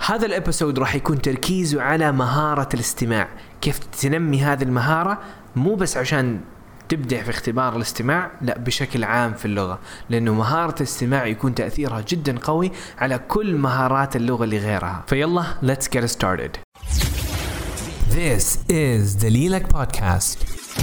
هذا الابيسود راح يكون تركيزه على مهارة الاستماع، كيف تنمي هذه المهارة مو بس عشان تبدع في اختبار الاستماع، لا بشكل عام في اللغة، لأنه مهارة الاستماع يكون تأثيرها جدا قوي على كل مهارات اللغة اللي غيرها. فيلا let's get started. This is دليلك بودكاست.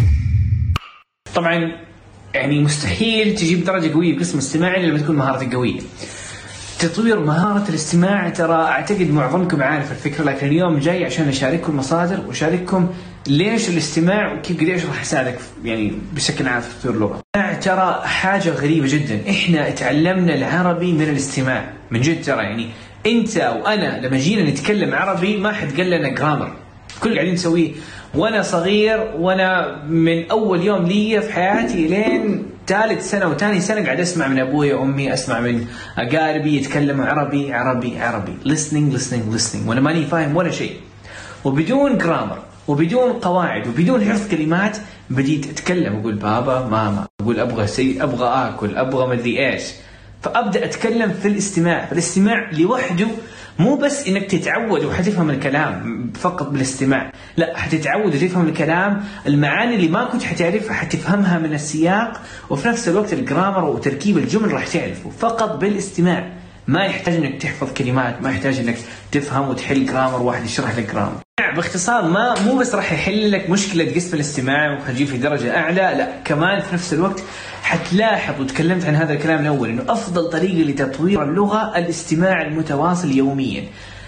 طبعا يعني مستحيل تجيب درجة قوية بقسم الاستماع إلا لما تكون مهارتك قوية. تطوير مهارة الاستماع ترى أعتقد معظمكم عارف الفكرة، لكن اليوم جاي عشان أشارككم المصادر وأشارككم ليش الاستماع وكيف قديش راح يساعدك يعني بشكل عام في تطوير اللغة. ترى حاجة غريبة جدا، إحنا تعلمنا العربي من الاستماع من جد. ترى يعني أنت وأنا لما جينا نتكلم عربي ما حد قال لنا جرامر، كل اللي قاعدين نسويه وأنا صغير، وأنا من أول يوم لي في حياتي لين ثالث سنة وثاني سنة قاعد أسمع من أبوي وأمي، أسمع من أقاربي يتكلموا عربي عربي عربي، listening وأنا ماني فاهم ولا شيء، وبدون جرامر وبدون قواعد وبدون حفظ كلمات. بديت أتكلم أقول بابا ماما، أقول أبغى آكل، أبغى مدري إيش، فأبدأ أتكلم في الاستماع. فالاستماع لوحده مو بس إنك تتعود وحتفهم الكلام فقط بالاستماع، لا حتتعود وتفهم الكلام، المعاني اللي ما كنت حتعرفها حتفهمها من السياق، وفي نفس الوقت الجرامر وتركيب الجمل راح تعرفه فقط بالاستماع. ما يحتاج إنك تحفظ كلمات، ما يحتاج إنك تفهم وتحل جرامر واحد يشرح لك جرامر. باختصار مو بس راح يحل لك مشكلة قسم الاستماع وحتجيب في درجة أعلى، لا كمان في نفس الوقت حتلاحظ، وتكلمت عن هذا الكلام الأول، إنه أفضل طريقة لتطوير اللغة الاستماع المتواصل يوميا.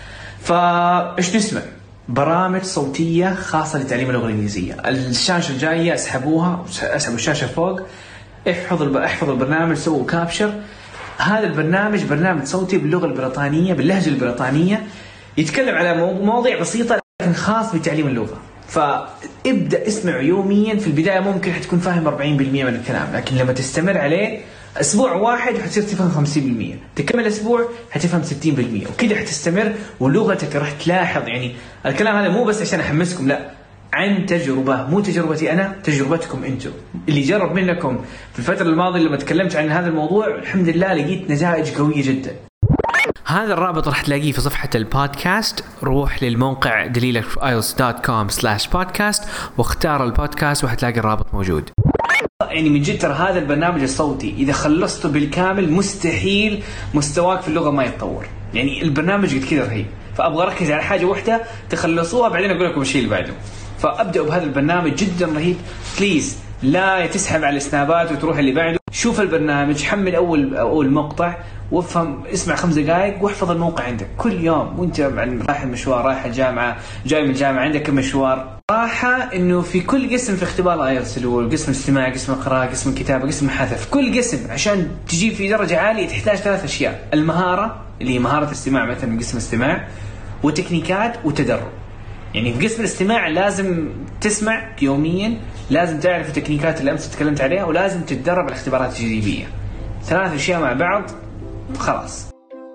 فإيش نسمع؟ برامج صوتية خاصة لتعليم اللغة الإنجليزية. الشاشة الجاية اسحبوا الشاشة فوق، احفظوا البرنامج، سووا كابشر. هذا البرنامج برنامج صوتي باللغة البريطانية باللهجة البريطانية، يتكلم على مواضيع بسيطة لكن خاص بتعليم اللغة. فابدأ اسمع يوميا. في البداية ممكن حتكون فاهم 40% من الكلام، لكن لما تستمر عليه أسبوع واحد حتصير تفهم 50%، تكمل أسبوع حتفهم 60%، وكده حتستمر. ولغتك راح تلاحظ، يعني الكلام هذا مو بس عشان أحمسكم، لا، عن تجربة، مو تجربتي أنا، تجربتكم أنتم. اللي جرب منكم في الفترة الماضية لما تكلمت عن هذا الموضوع الحمد لله لقيت نتائج قوية جدا. هذا الرابط راح تلاقيه في صفحة البودكاست. روح للموقع دليلك ielts.com/podcast واختار البودكاست وحتلاقي الرابط موجود. يعني من جد ترى هذا البرنامج الصوتي إذا خلصته بالكامل مستحيل مستواك في اللغة ما يتطور. يعني البرنامج قد كذا رهيب، فأبغى أركز على حاجة واحدة تخلصوها بعدين أقول لكم الشيء اللي بعده. فأبدأوا بهذا البرنامج جدا رهيب. بليز لا تسحب على السنابات وتروح اللي بعده. شوف البرنامج، حمل أول مقطع وافهم، اسمع 5 دقائق واحفظ الموقع عندك كل يوم وانت رايح المشوار، رايح الجامعة، جاي من الجامعة، عندك مشوار. راحة انه في كل قسم في اختبار ايلتس اللي هو قسم الاستماع، قسم القراءة، قسم الكتابة، قسم الحذف، كل قسم عشان تجيب في درجة عالية تحتاج 3 أشياء: المهارة اللي هي مهارة الاستماع مثلا من قسم الاستماع، وتكنيكات، وتدرب. يعني في قسم الاستماع لازم تسمع يوميا، لازم تعرف التكنيكات اللي أمس تكلمت عليها، ولازم تتدرب على الاختبارات التجريبية. 3 أشياء مع بعض خلاص.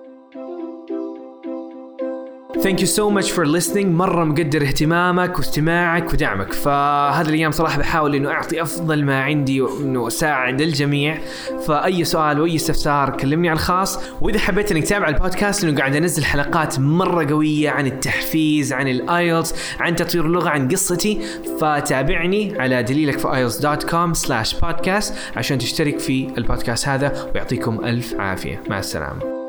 Thank you so much for listening. مرة مقدر اهتمامك واستماعك ودعمك. فهذه الأيام صراحة بحاول إنه أعطي أفضل ما عندي وإنه أساعد الجميع. فأي سؤال وأي استفسار كلمني على الخاص. وإذا حبيت إنك تتابع البودكاست إنه قاعد أنزل حلقات مرة قوية عن التحفيز، عن الآيلتس، عن تطوير اللغة، عن قصتي، فتابعني على دليلك في ielts.com/podcast عشان تشترك في البودكاست هذا. ويعطيكم ألف عافية. مع السلامة.